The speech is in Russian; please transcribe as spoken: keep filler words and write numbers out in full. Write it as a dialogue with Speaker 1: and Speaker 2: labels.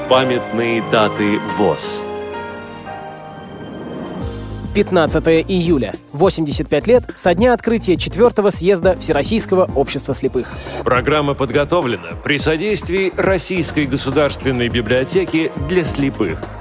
Speaker 1: Памятные даты ВОС.
Speaker 2: пятнадцатое июля. восемьдесят пять лет со дня открытия четвертого съезда Всероссийского общества слепых.
Speaker 1: Программа подготовлена при содействии Российской государственной библиотеки для слепых.